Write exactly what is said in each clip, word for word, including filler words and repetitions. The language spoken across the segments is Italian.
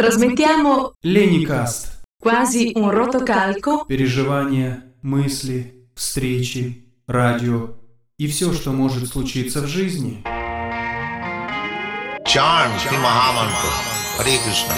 Trasmettiamo Леникаст. Quasi un rotocalco. Переживания, мысли, встречи, радио и все, что может случиться в жизни. Charm Shri Mahamantra. Hare Krishna.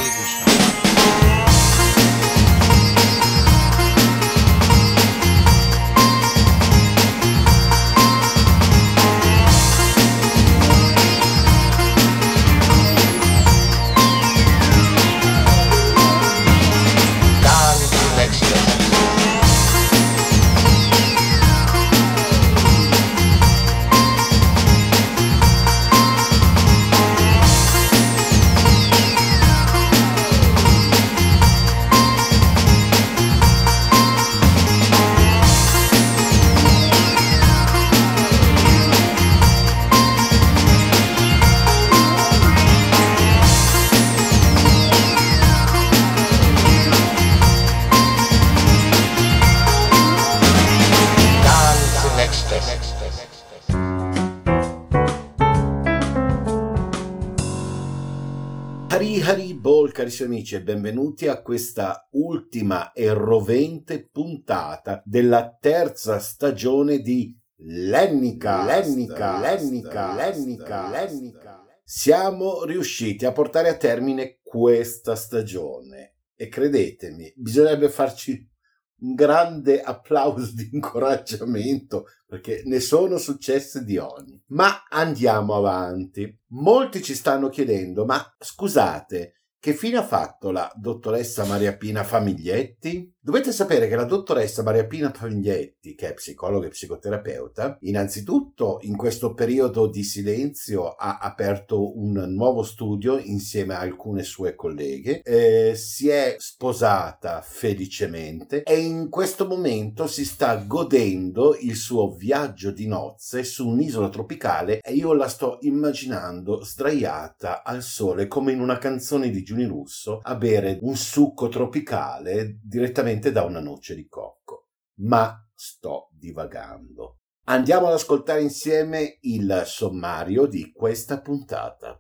Carissimi amici, e benvenuti a questa ultima e rovente puntata della terza stagione di Lennica, Lennica, Lennica, Lennica, Lennica. Siamo riusciti a portare a termine questa stagione e credetemi, bisognerebbe farci un grande applauso di incoraggiamento perché ne sono successe di ogni. Ma andiamo avanti. Molti ci stanno chiedendo, ma scusate, che fine ha fatto la dottoressa Maria Pina Famiglietti? Dovete sapere che la dottoressa Maria Pina Famiglietti, che è psicologa e psicoterapeuta, innanzitutto in questo periodo di silenzio ha aperto un nuovo studio insieme a alcune sue colleghe, eh, si è sposata felicemente e in questo momento si sta godendo il suo viaggio di nozze su un'isola tropicale e io la sto immaginando sdraiata al sole come in una canzone di Giuni Russo a bere un succo tropicale direttamente da una noce di cocco. Ma sto divagando. Andiamo ad ascoltare insieme il sommario di questa puntata.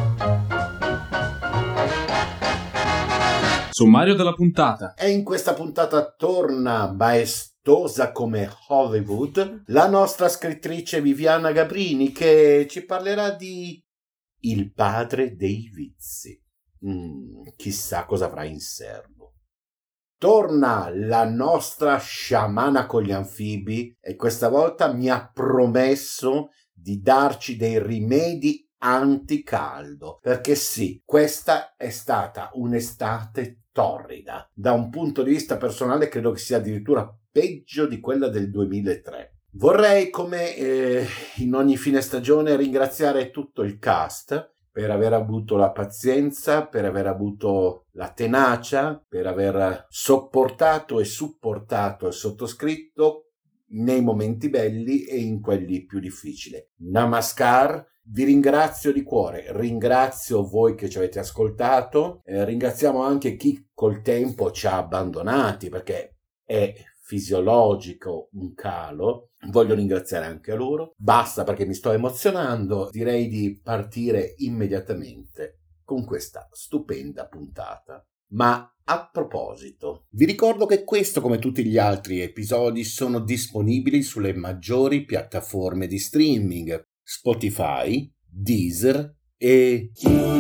Sommario della puntata. E in questa puntata torna maestosa come Hollywood la nostra scrittrice Viviana Gabrini, che ci parlerà di Il padre dei vizi. Mm, chissà cosa avrà in serbo. Torna la nostra sciamana con gli anfibi e questa volta mi ha promesso di darci dei rimedi anticaldo, perché sì, questa è stata un'estate torrida. Da un punto di vista personale credo che sia addirittura peggio di quella del duemilatré. Vorrei, come eh, in ogni fine stagione, ringraziare tutto il cast per aver avuto la pazienza, per aver avuto la tenacia, per aver sopportato e supportato il sottoscritto nei momenti belli e in quelli più difficili. Namaskar, vi ringrazio di cuore, ringrazio voi che ci avete ascoltato, eh, ringraziamo anche chi col tempo ci ha abbandonati, perché è fisiologico un calo. Voglio ringraziare anche a loro. Basta perché mi sto emozionando. Direi di partire immediatamente con questa stupenda puntata. Ma a proposito, vi ricordo che questo, come tutti gli altri episodi, sono disponibili sulle maggiori piattaforme di streaming: Spotify, Deezer e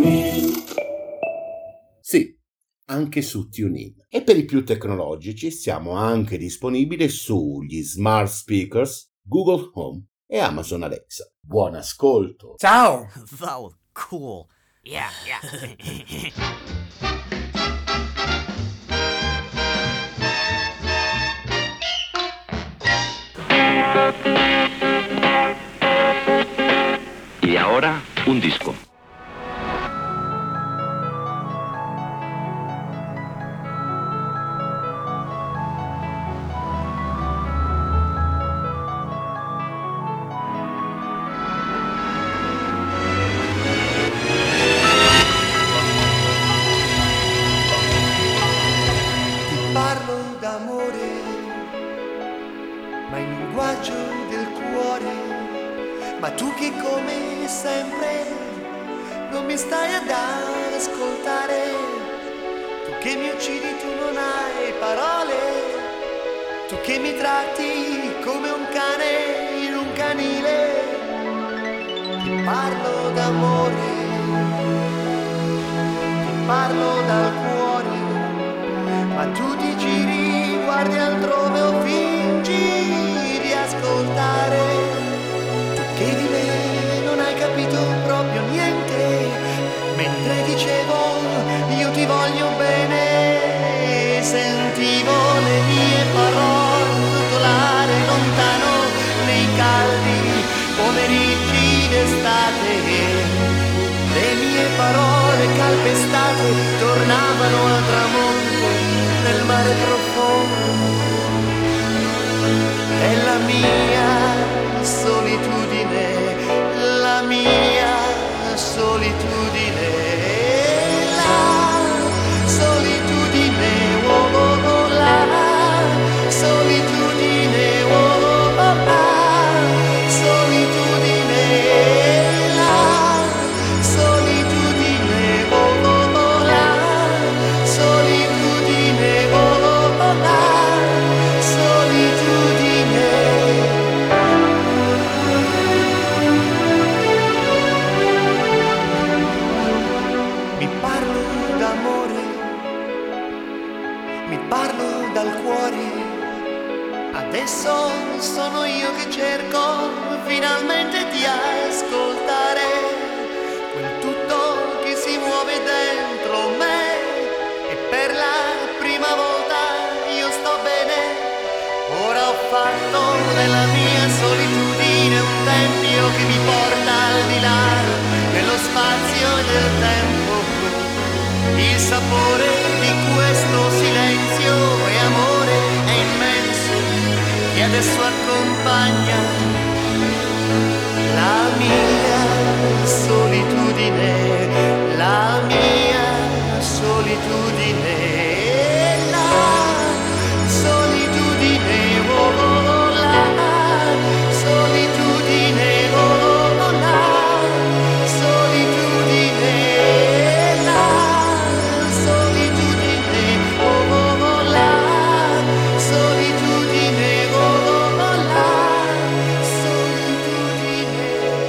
sì, anche su TuneIn. E per i più tecnologici siamo anche disponibili sugli smart speakers, Google Home e Amazon Alexa. Buon ascolto! Ciao! Oh, cool. Yeah, yeah. Y ahora, un disco. Ma tu che come sempre non mi stai ad ascoltare, che mi uccidi, tu non hai parole, tu che mi tratti come un cane in un canile, ti parlo d'amore, ti parlo dal cuore, ma tu ti giri, guardi altrove o fingi di ascoltare, tu che di me non hai capito proprio niente, mentre dicevo io ti voglio bene, sentivo le mie parole rotolare lontano nei caldi pomeriggi d'estate, le mie parole calpestate tornavano al tramonto nel mare profondo, è la mia solitudine, la mia solitudine, la solitudine, oh, oh, oh, la solitudine, oh, oh, oh, la solitudine, la solitudine, oh, oh, oh, la solitudine, oh, oh, oh, la solitudine. Mi parlo d'amore, mi parlo dal cuore, adesso sono io che cerco finalmente di ascoltare quel tutto che si muove dentro me, e per la prima volta io sto bene, ora ho fatto della mia solitudine un tempio che mi porta al di là nello spazio e nel tempo, il sapore di questo silenzio e amore è immenso e adesso accompagna la mia solitudine, la mia solitudine, la solitudine, oh, oh, oh, la solitudine, oh, oh, oh, la solitudine, la solitudine, oh, oh, oh, la solitudine, oh, oh, oh, la solitudine.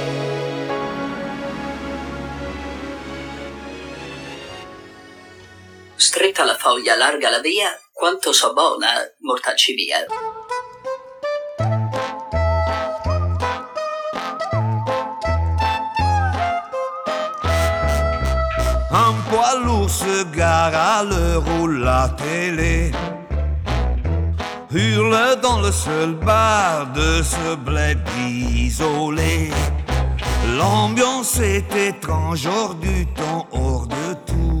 Stretta la foglia, larga la via, quanto so buona, mortacci via. Un poids lourd se gare à l'heure où la télé hurle dans le seul bar de ce bled isolé. L'ambiance est étrange, hors du temps, hors de tout.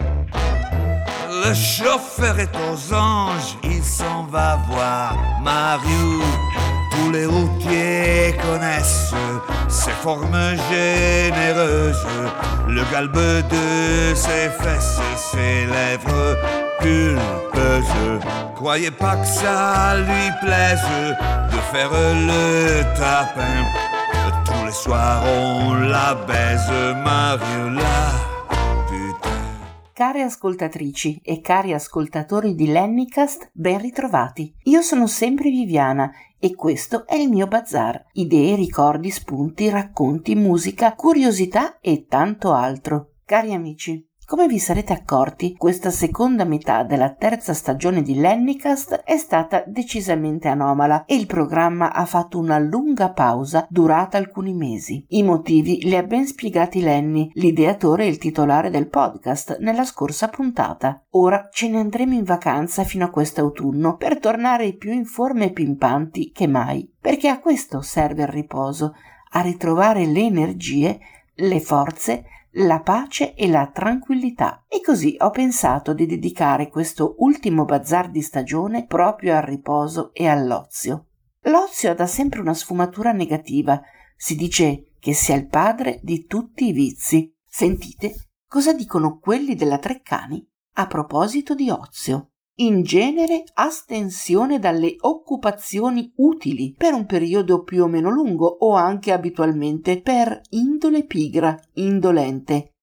Le chauffeur est aux anges, il s'en va voir Mariou. Tous les routiers connaissent ses formes généreuses, le galbe de ses fesses, ses lèvres pulpeuses. Croyez pas que ça lui plaise de faire le tapin. Tous les soirs on la baise, Mariola. Care ascoltatrici e cari ascoltatori di Lennycast, ben ritrovati. Io sono sempre Viviana e questo è il mio bazar. Idee, ricordi, spunti, racconti, musica, curiosità e tanto altro. Cari amici, come vi sarete accorti, questa seconda metà della terza stagione di Lennycast è stata decisamente anomala e il programma ha fatto una lunga pausa durata alcuni mesi. I motivi li ha ben spiegati Lenny, l'ideatore e il titolare del podcast, nella scorsa puntata. Ora ce ne andremo in vacanza fino a quest'autunno per tornare più in forma e pimpanti che mai, perché a questo serve il riposo, a ritrovare le energie, le forze, la pace e la tranquillità. E così ho pensato di dedicare questo ultimo bazar di stagione proprio al riposo e all'ozio. L'ozio ha da sempre una sfumatura negativa. Si dice che sia il padre di tutti i vizi. Sentite cosa dicono quelli della Treccani a proposito di ozio. In genere astensione dalle occupazioni utili per un periodo più o meno lungo o anche abitualmente per indole pigra, indolente.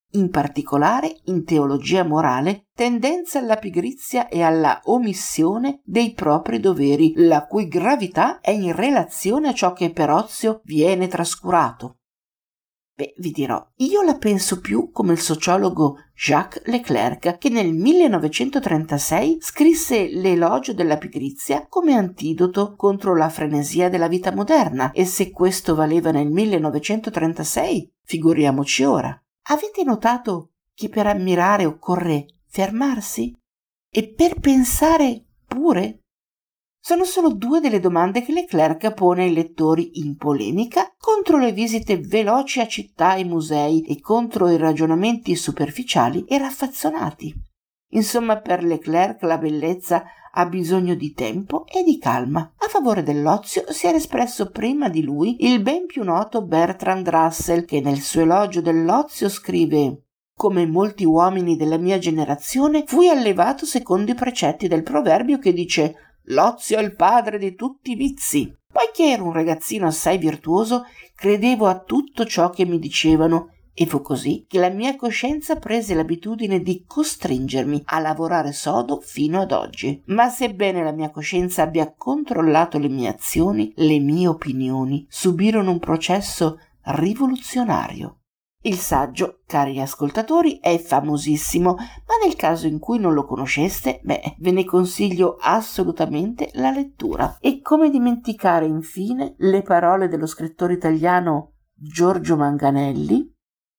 in particolare in teologia morale, tendenza alla pigrizia e alla omissione dei propri doveri, la cui gravità è in relazione a ciò che per ozio viene trascurato. Beh, vi dirò, io la penso più come il sociologo Jacques Leclerc, che nel millenovecentotrentasei scrisse l'elogio della pigrizia come antidoto contro la frenesia della vita moderna, e se questo valeva nel millenovecentotrentasei, figuriamoci ora. Avete notato che per ammirare occorre fermarsi? E per pensare pure? Sono solo due delle domande che Leclerc pone ai lettori in polemica contro le visite veloci a città e musei e contro i ragionamenti superficiali e raffazzonati. Insomma, per Leclerc la bellezza ha bisogno di tempo e di calma. A favore dell'ozio si era espresso prima di lui il ben più noto Bertrand Russell, che nel suo elogio dell'ozio scrive: «Come molti uomini della mia generazione fui allevato secondo i precetti del proverbio che dice «L'ozio è il padre di tutti i vizi». Poiché ero un ragazzino assai virtuoso, credevo a tutto ciò che mi dicevano, e fu così che la mia coscienza prese l'abitudine di costringermi a lavorare sodo fino ad oggi. Ma sebbene la mia coscienza abbia controllato le mie azioni, le mie opinioni subirono un processo rivoluzionario. Il saggio, cari ascoltatori, è famosissimo, ma nel caso in cui non lo conosceste, beh, ve ne consiglio assolutamente la lettura. E come dimenticare infine le parole dello scrittore italiano Giorgio Manganelli: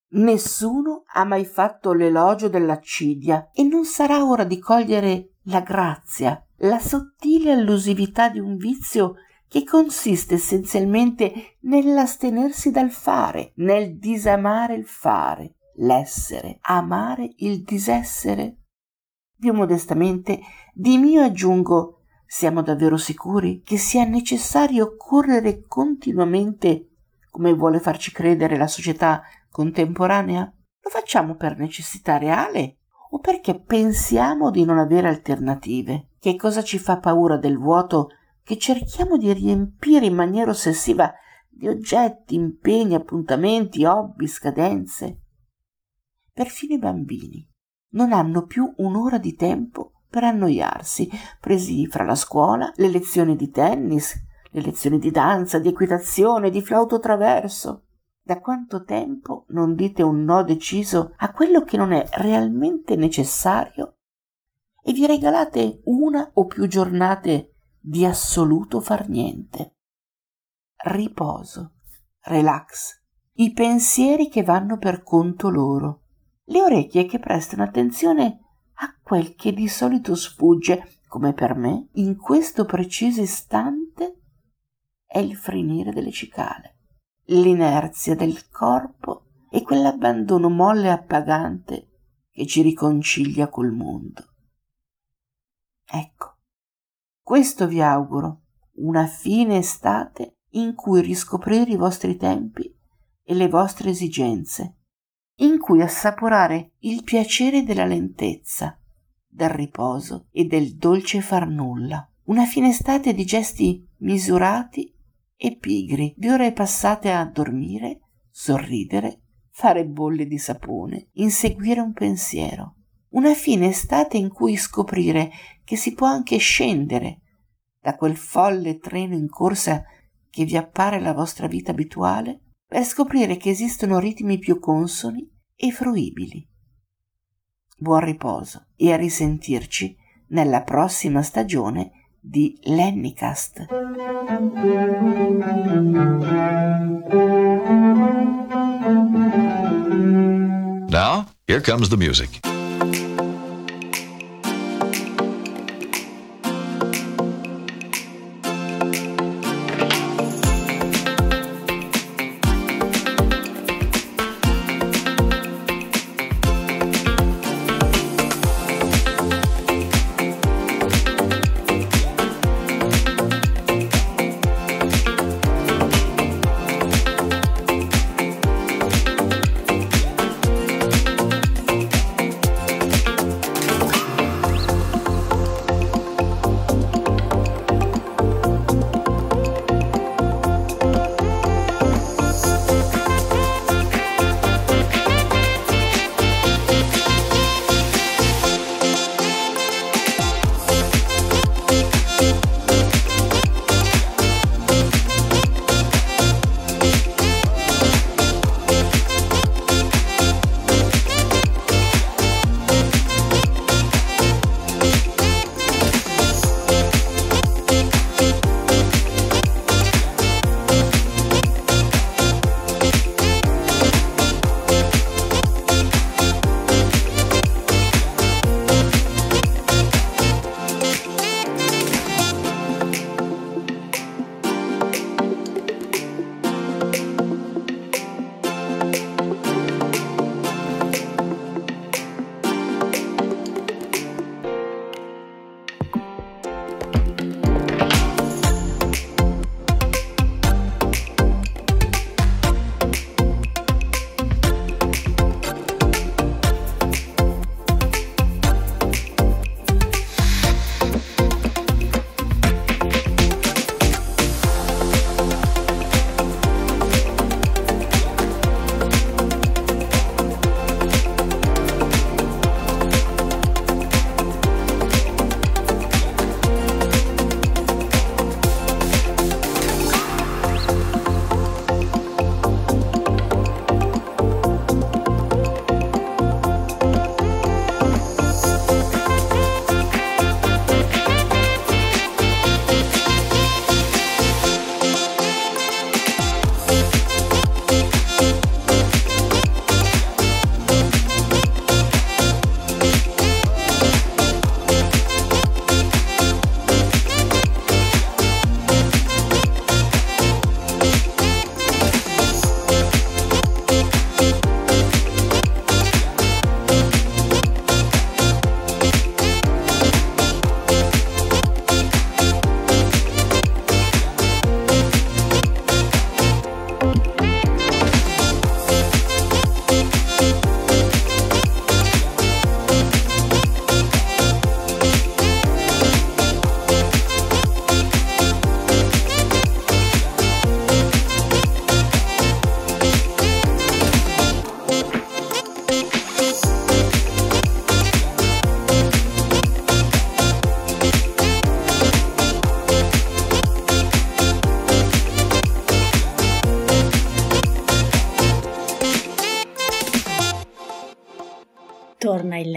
«Nessuno ha mai fatto l'elogio dell'accidia e non sarà ora di cogliere la grazia, la sottile allusività di un vizio che consiste essenzialmente nell'astenersi dal fare, nel disamare il fare, l'essere, amare il disessere». Più modestamente, di mio aggiungo: siamo davvero sicuri che sia necessario correre continuamente, come vuole farci credere la società contemporanea? Lo facciamo per necessità reale o perché pensiamo di non avere alternative? Che cosa ci fa paura del vuoto che cerchiamo di riempire in maniera ossessiva di oggetti, impegni, appuntamenti, hobby, scadenze? Perfino i bambini non hanno più un'ora di tempo per annoiarsi, presi fra la scuola, le lezioni di tennis, le lezioni di danza, di equitazione, di flauto traverso. Da quanto tempo non dite un no deciso a quello che non è realmente necessario e vi regalate una o più giornate di assoluto far niente? Riposo, relax, i pensieri che vanno per conto loro, le orecchie che prestano attenzione a quel che di solito sfugge, come per me, in questo preciso istante è il frinire delle cicale, l'inerzia del corpo e quell'abbandono molle e appagante che ci riconcilia col mondo. Ecco, questo vi auguro, una fine estate in cui riscoprire i vostri tempi e le vostre esigenze, in cui assaporare il piacere della lentezza, del riposo e del dolce far nulla. Una fine estate di gesti misurati e pigri, di ore passate a dormire, sorridere, fare bolle di sapone, inseguire un pensiero. Una fine estate in cui scoprire che si può anche scendere da quel folle treno in corsa che vi appare la vostra vita abituale, per scoprire che esistono ritmi più consoni e fruibili. Buon riposo e a risentirci nella prossima stagione di Lennicast. Now, here comes the music.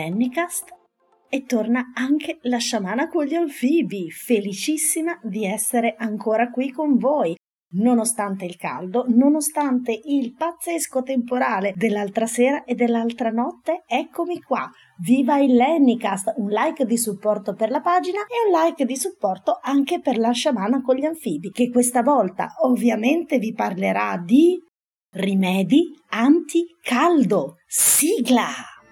l'Ennicast e torna anche la sciamana con gli anfibi, felicissima di essere ancora qui con voi. Nonostante il caldo, nonostante il pazzesco temporale dell'altra sera e dell'altra notte, eccomi qua. Viva il Lennicast! Un like di supporto per la pagina e un like di supporto anche per la sciamana con gli anfibi, che questa volta ovviamente vi parlerà di rimedi anti-caldo. Sigla!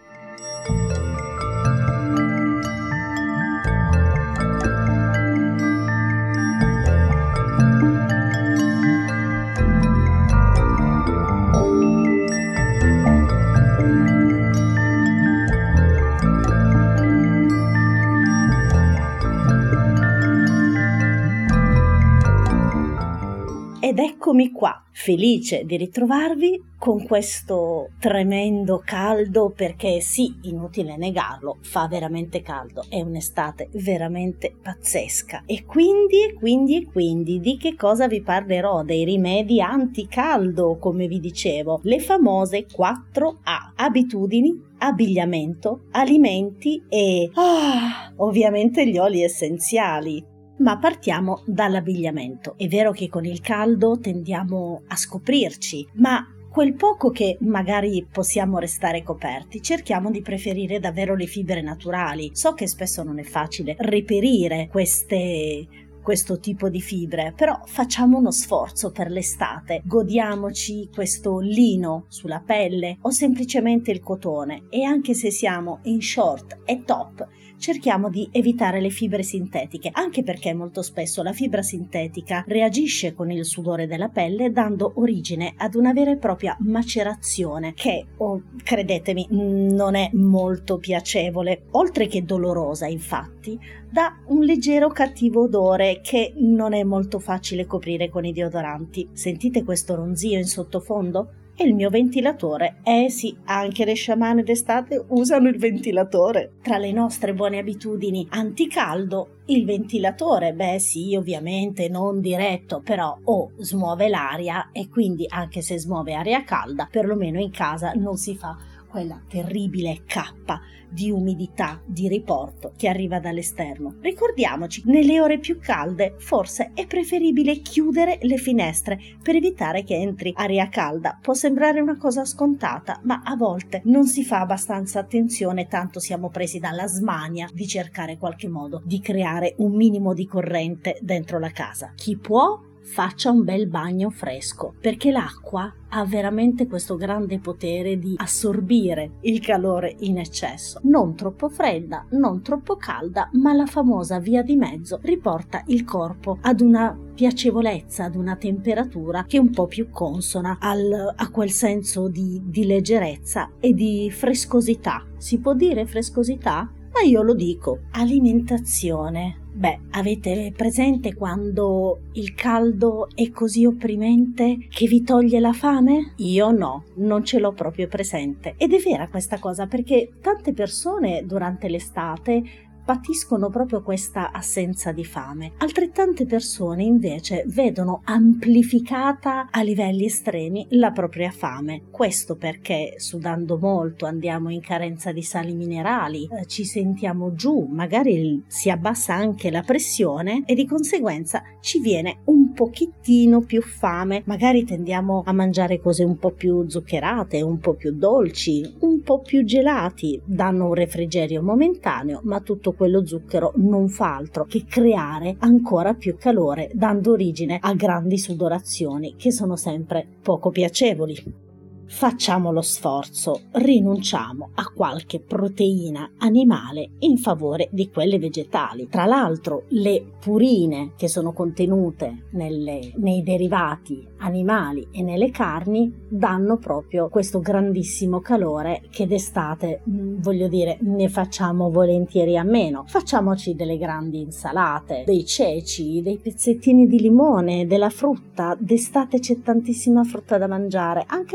Ed eccomi qua, felice di ritrovarvi con questo tremendo caldo, perché sì, inutile negarlo, fa veramente caldo, è un'estate veramente pazzesca. E quindi, e quindi, e quindi, di che cosa vi parlerò? Dei rimedi anticaldo, come vi dicevo, le famose quattro A: abitudini, abbigliamento, alimenti e, ah, ovviamente gli oli essenziali. Ma partiamo dall'abbigliamento. È vero che con il caldo tendiamo a scoprirci, ma quel poco che magari possiamo restare coperti, cerchiamo di preferire davvero le fibre naturali. So che spesso non è facile reperire queste questo tipo di fibre, però facciamo uno sforzo per l'estate, godiamoci questo lino sulla pelle o semplicemente il cotone, e anche se siamo in short e top cerchiamo di evitare le fibre sintetiche, anche perché molto spesso la fibra sintetica reagisce con il sudore della pelle, dando origine ad una vera e propria macerazione che, oh, credetemi, non è molto piacevole. Oltre che dolorosa, infatti, dà un leggero cattivo odore che non è molto facile coprire con i deodoranti. Sentite questo ronzio in sottofondo? È il mio ventilatore. Eh sì, anche le sciamane d'estate usano il ventilatore. Tra le nostre buone abitudini anticaldo, il ventilatore, beh sì, ovviamente non diretto, però o oh, smuove l'aria, e quindi anche se smuove aria calda, perlomeno in casa non si fa quella terribile cappa di umidità, di riporto che arriva dall'esterno. Ricordiamoci, nelle ore più calde forse è preferibile chiudere le finestre per evitare che entri aria calda. Può sembrare una cosa scontata, ma a volte non si fa abbastanza attenzione, tanto siamo presi dalla smania di cercare qualche modo di creare un minimo di corrente dentro la casa. Chi può faccia un bel bagno fresco, perché l'acqua ha veramente questo grande potere di assorbire il calore in eccesso. Non troppo fredda, non troppo calda, ma la famosa via di mezzo riporta il corpo ad una piacevolezza, ad una temperatura che è un po' più consona al, a quel senso di, di leggerezza e di frescosità. Si può dire frescosità? Ma io lo dico. Alimentazione. Beh, avete presente quando il caldo è così opprimente che vi toglie la fame? Io no, non ce l'ho proprio presente. Ed è vera questa cosa, perché tante persone durante l'estate patiscono proprio questa assenza di fame. Altrettante persone invece vedono amplificata a livelli estremi la propria fame. Questo perché sudando molto andiamo in carenza di sali minerali, eh, ci sentiamo giù, magari si abbassa anche la pressione e di conseguenza ci viene un pochettino più fame. Magari tendiamo a mangiare cose un po' più zuccherate, un po' più dolci, un po' più gelati, danno un refrigerio momentaneo, ma tutto quello zucchero non fa altro che creare ancora più calore, dando origine a grandi sudorazioni che sono sempre poco piacevoli. Facciamo lo sforzo, rinunciamo a qualche proteina animale in favore di quelle vegetali. Tra l'altro le purine che sono contenute nelle, nei derivati animali e nelle carni danno proprio questo grandissimo calore che d'estate, voglio dire, ne facciamo volentieri a meno. Facciamoci delle grandi insalate, dei ceci, dei pezzettini di limone, della frutta. D'estate c'è tantissima frutta da mangiare, anche quella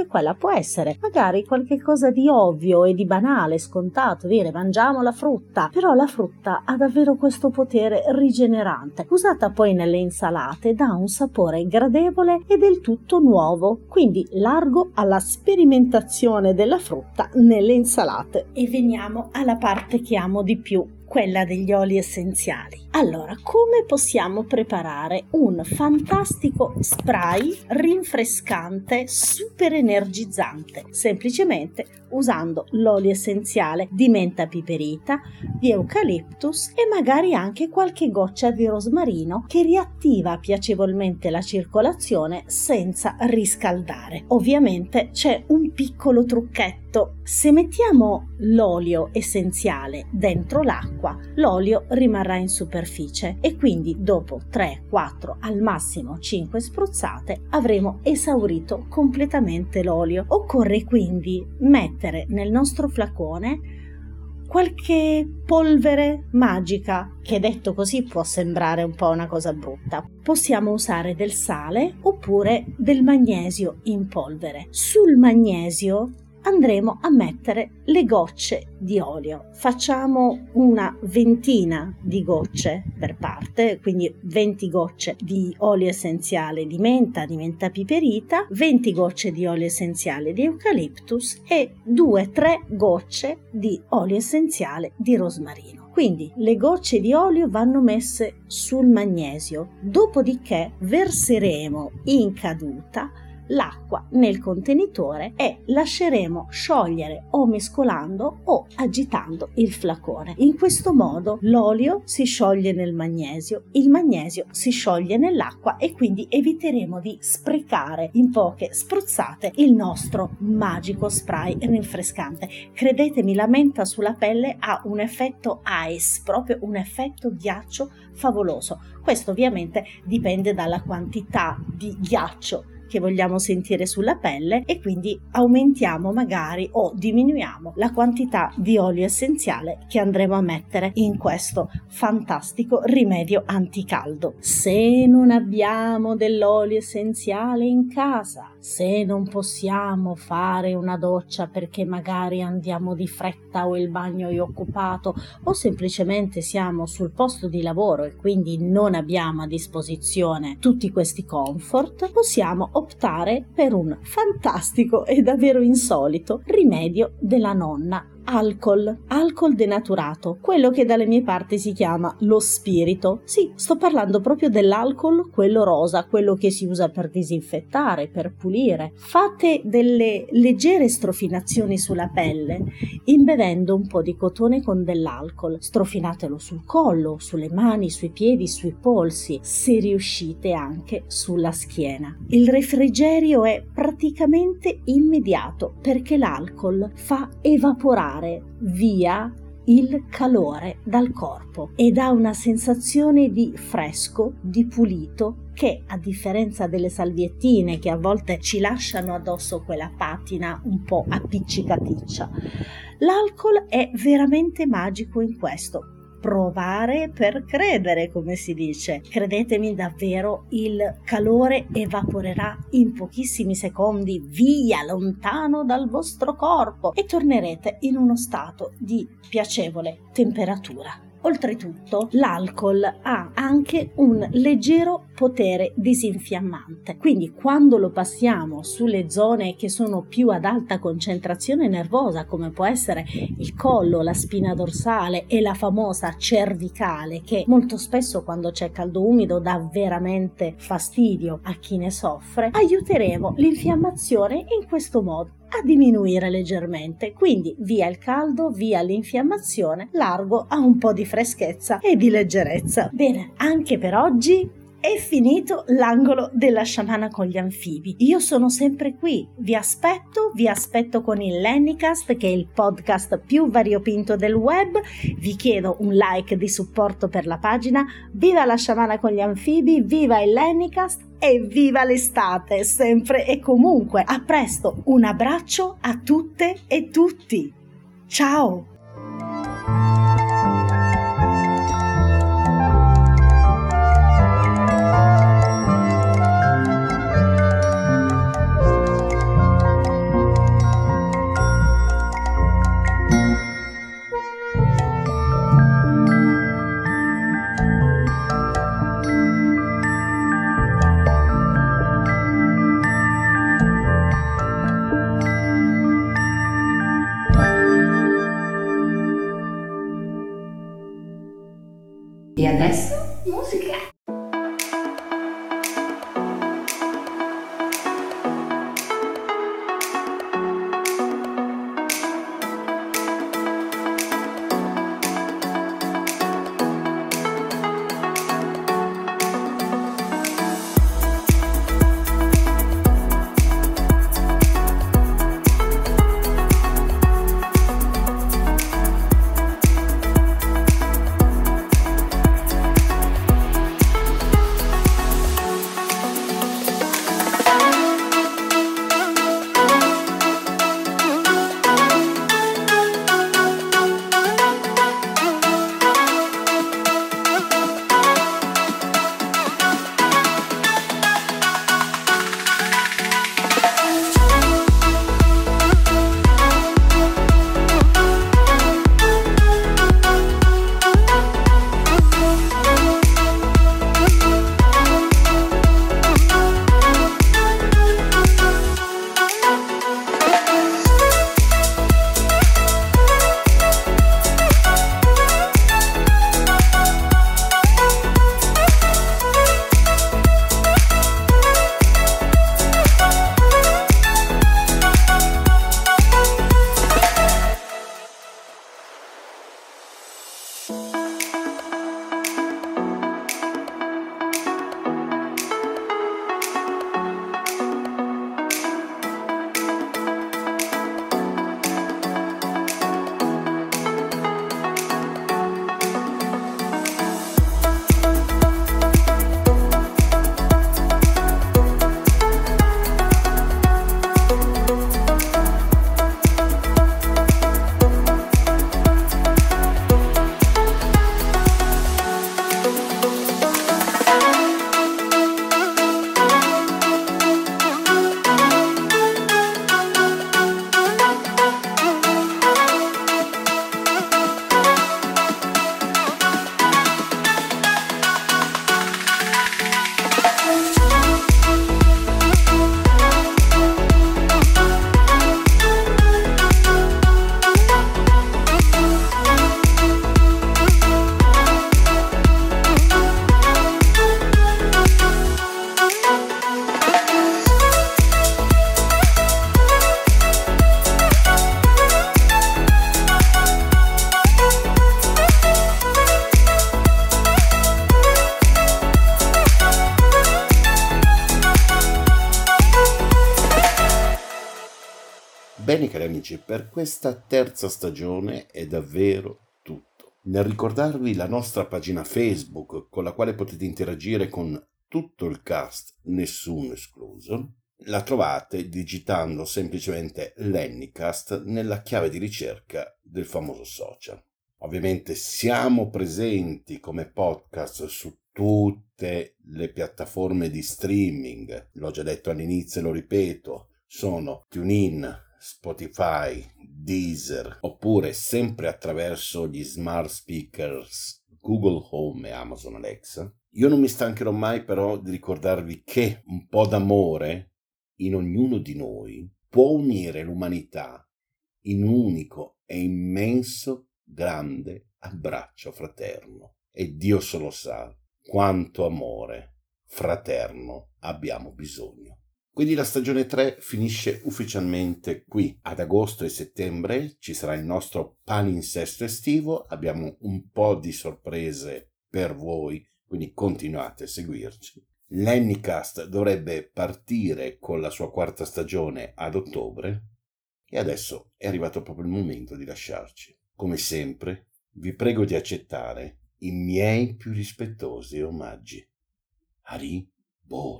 può essere magari qualche cosa di ovvio e di banale, scontato, dire mangiamo la frutta, però la frutta ha davvero questo potere rigenerante. Usata poi nelle insalate dà un sapore gradevole e del tutto nuovo, quindi largo alla sperimentazione della frutta nelle insalate. E veniamo alla parte che amo di più, quella degli oli essenziali. Allora, come possiamo preparare un fantastico spray rinfrescante, super energizzante? Semplicemente usando l'olio essenziale di menta piperita, di eucaliptus e magari anche qualche goccia di rosmarino che riattiva piacevolmente la circolazione senza riscaldare. Ovviamente c'è un piccolo trucchetto. Se mettiamo l'olio essenziale dentro l'acqua, l'olio rimarrà in superficie e quindi dopo tre, quattro, al massimo cinque spruzzate avremo esaurito completamente l'olio. Occorre quindi mettere nel nostro flacone qualche polvere magica, che detto così può sembrare un po' una cosa brutta. Possiamo usare del sale oppure del magnesio in polvere. Sul magnesio andremo a mettere le gocce di olio. Facciamo una ventina di gocce per parte, quindi venti gocce di olio essenziale di menta, di menta piperita, venti gocce di olio essenziale di eucaliptus e due tre gocce di olio essenziale di rosmarino. Quindi le gocce di olio vanno messe sul magnesio, dopodiché verseremo in caduta l'acqua nel contenitore e lasceremo sciogliere o mescolando o agitando il flacone. In questo modo l'olio si scioglie nel magnesio, il magnesio si scioglie nell'acqua e quindi eviteremo di sprecare in poche spruzzate il nostro magico spray rinfrescante. Credetemi, la menta sulla pelle ha un effetto ice, proprio un effetto ghiaccio favoloso. Questo ovviamente dipende dalla quantità di ghiaccio che vogliamo sentire sulla pelle e quindi aumentiamo magari o diminuiamo la quantità di olio essenziale che andremo a mettere in questo fantastico rimedio anticaldo. Se non abbiamo dell'olio essenziale in casa, se non possiamo fare una doccia perché magari andiamo di fretta o il bagno è occupato o semplicemente siamo sul posto di lavoro e quindi non abbiamo a disposizione tutti questi comfort, possiamo optare per un fantastico e davvero insolito rimedio della nonna. Alcol, alcol denaturato, quello che dalle mie parti si chiama lo spirito. Sì, sto parlando proprio dell'alcol, quello rosa, quello che si usa per disinfettare, per pulire. Fate delle leggere strofinazioni sulla pelle, imbevendo un po' di cotone con dell'alcol. Strofinatelo sul collo, sulle mani, sui piedi, sui polsi, se riuscite anche sulla schiena. Il refrigerio è praticamente immediato perché l'alcol fa evaporare via il calore dal corpo e dà una sensazione di fresco, di pulito, che a differenza delle salviettine che a volte ci lasciano addosso quella patina un po' appiccicaticcia, l'alcol è veramente magico in questo. Provare per credere, come si dice. Credetemi, davvero il calore evaporerà in pochissimi secondi via, lontano dal vostro corpo e tornerete in uno stato di piacevole temperatura. Oltretutto, l'alcol ha anche un leggero potere disinfiammante, quindi quando lo passiamo sulle zone che sono più ad alta concentrazione nervosa, come può essere il collo, la spina dorsale e la famosa cervicale, che molto spesso quando c'è caldo umido dà veramente fastidio a chi ne soffre, aiuteremo l'infiammazione in questo modo a diminuire leggermente. Quindi via il caldo, via l'infiammazione, largo a un po' di freschezza e di leggerezza. Bene, anche per oggi è finito l'angolo della sciamana con gli anfibi. Io sono sempre qui, vi aspetto, vi aspetto con il Lennycast, che è il podcast più variopinto del web. Vi chiedo un like di supporto per la pagina. Viva la sciamana con gli anfibi, viva il Lennycast e viva l'estate, sempre e comunque. A presto, un abbraccio a tutte e tutti. Ciao! Bene cari amici, per questa terza stagione è davvero tutto. Nel ricordarvi la nostra pagina Facebook con la quale potete interagire con tutto il cast, nessuno escluso, la trovate digitando semplicemente Lennycast nella chiave di ricerca del famoso social. Ovviamente siamo presenti come podcast su tutte le piattaforme di streaming, l'ho già detto all'inizio e lo ripeto, sono TuneIn, Spotify, Deezer, oppure sempre attraverso gli smart speakers Google Home e Amazon Alexa. Io non mi stancherò mai però di ricordarvi che un po' d'amore in ognuno di noi può unire l'umanità in un unico e immenso grande abbraccio fraterno. E Dio solo sa quanto amore fraterno abbiamo bisogno. Quindi la stagione tre finisce ufficialmente qui. Ad agosto e settembre ci sarà il nostro palinsesto estivo, abbiamo un po' di sorprese per voi, quindi continuate a seguirci. Lennycast dovrebbe partire con la sua quarta stagione ad ottobre e adesso è arrivato proprio il momento di lasciarci. Come sempre, vi prego di accettare i miei più rispettosi omaggi. Hari Bol.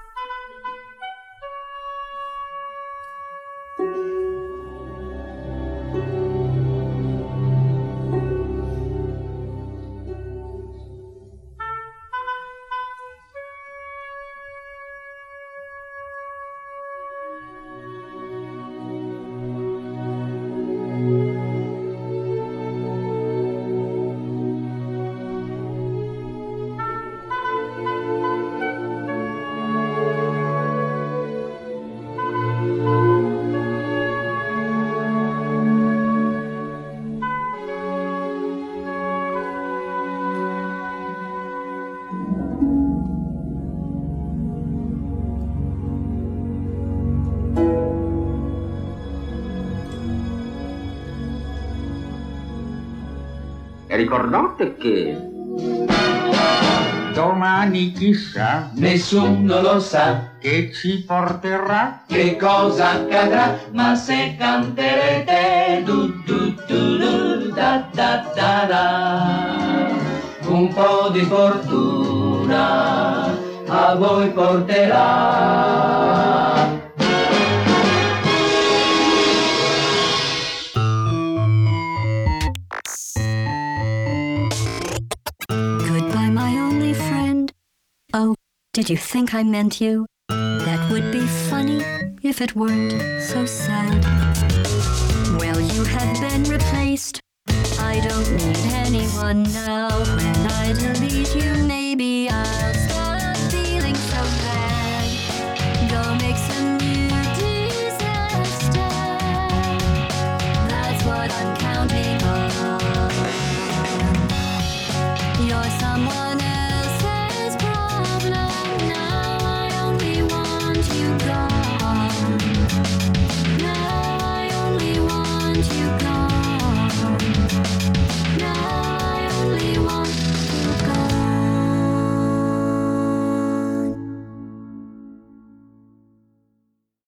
E ricordate che domani chissà, nessuno lo sa, che ci porterà, che cosa accadrà, ma se canterete du du du du da da da da, un po' di fortuna a voi porterà. Did you think I meant you? That would be funny if it weren't so sad. Well, you have been replaced. I don't need anyone now. When I delete you, maybe I'll